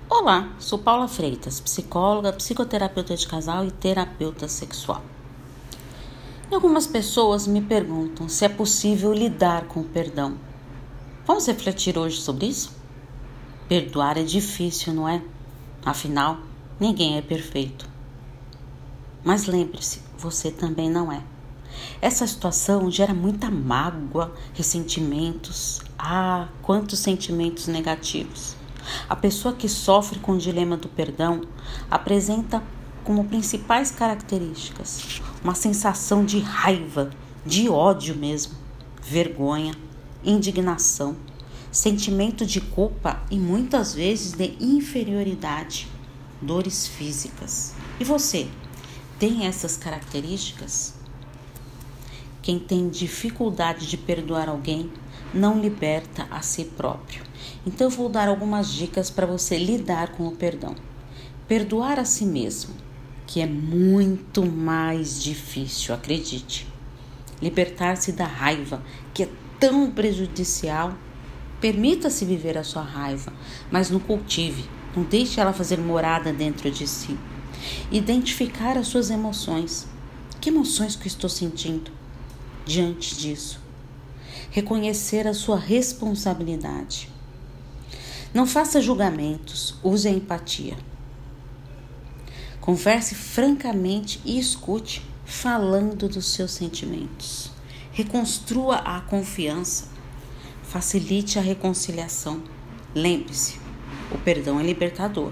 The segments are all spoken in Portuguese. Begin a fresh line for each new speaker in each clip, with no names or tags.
Olá, sou Paula Freitas, psicóloga, psicoterapeuta de casal e terapeuta sexual. E algumas pessoas me perguntam se é possível lidar com o perdão. Vamos refletir hoje sobre isso? Perdoar é difícil, não é? Afinal, ninguém é perfeito. Mas lembre-se, você também não é. Essa situação gera muita mágoa, ressentimentos. Quantos sentimentos negativos! A pessoa que sofre com o dilema do perdão apresenta como principais características uma sensação de raiva, de ódio mesmo, vergonha, indignação, sentimento de culpa e muitas vezes de inferioridade, dores físicas. E você, tem essas características? Quem tem dificuldade de perdoar alguém não liberta a si próprio. Então eu vou dar algumas dicas para você lidar com o perdão. Perdoar a si mesmo, que é muito mais difícil, acredite. Libertar-se da raiva, que é tão prejudicial. Permita-se viver a sua raiva, mas não cultive, não deixe ela fazer morada dentro de si. Identificar as suas emoções. Que emoções que eu estou sentindo diante disso? Reconhecer a sua responsabilidade. Não faça julgamentos, use a empatia. Converse francamente e escute, falando dos seus sentimentos. Reconstrua a confiança. Facilite a reconciliação. Lembre-se, o perdão é libertador.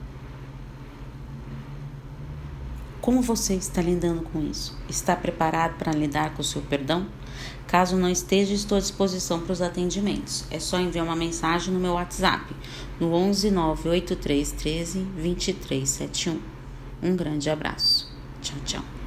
Como você está lidando com isso? Está preparado para lidar com o seu perdão? Caso não esteja, estou à disposição para os atendimentos. É só enviar uma mensagem no meu WhatsApp, no 11 983 13 2371. Um grande abraço. Tchau, tchau.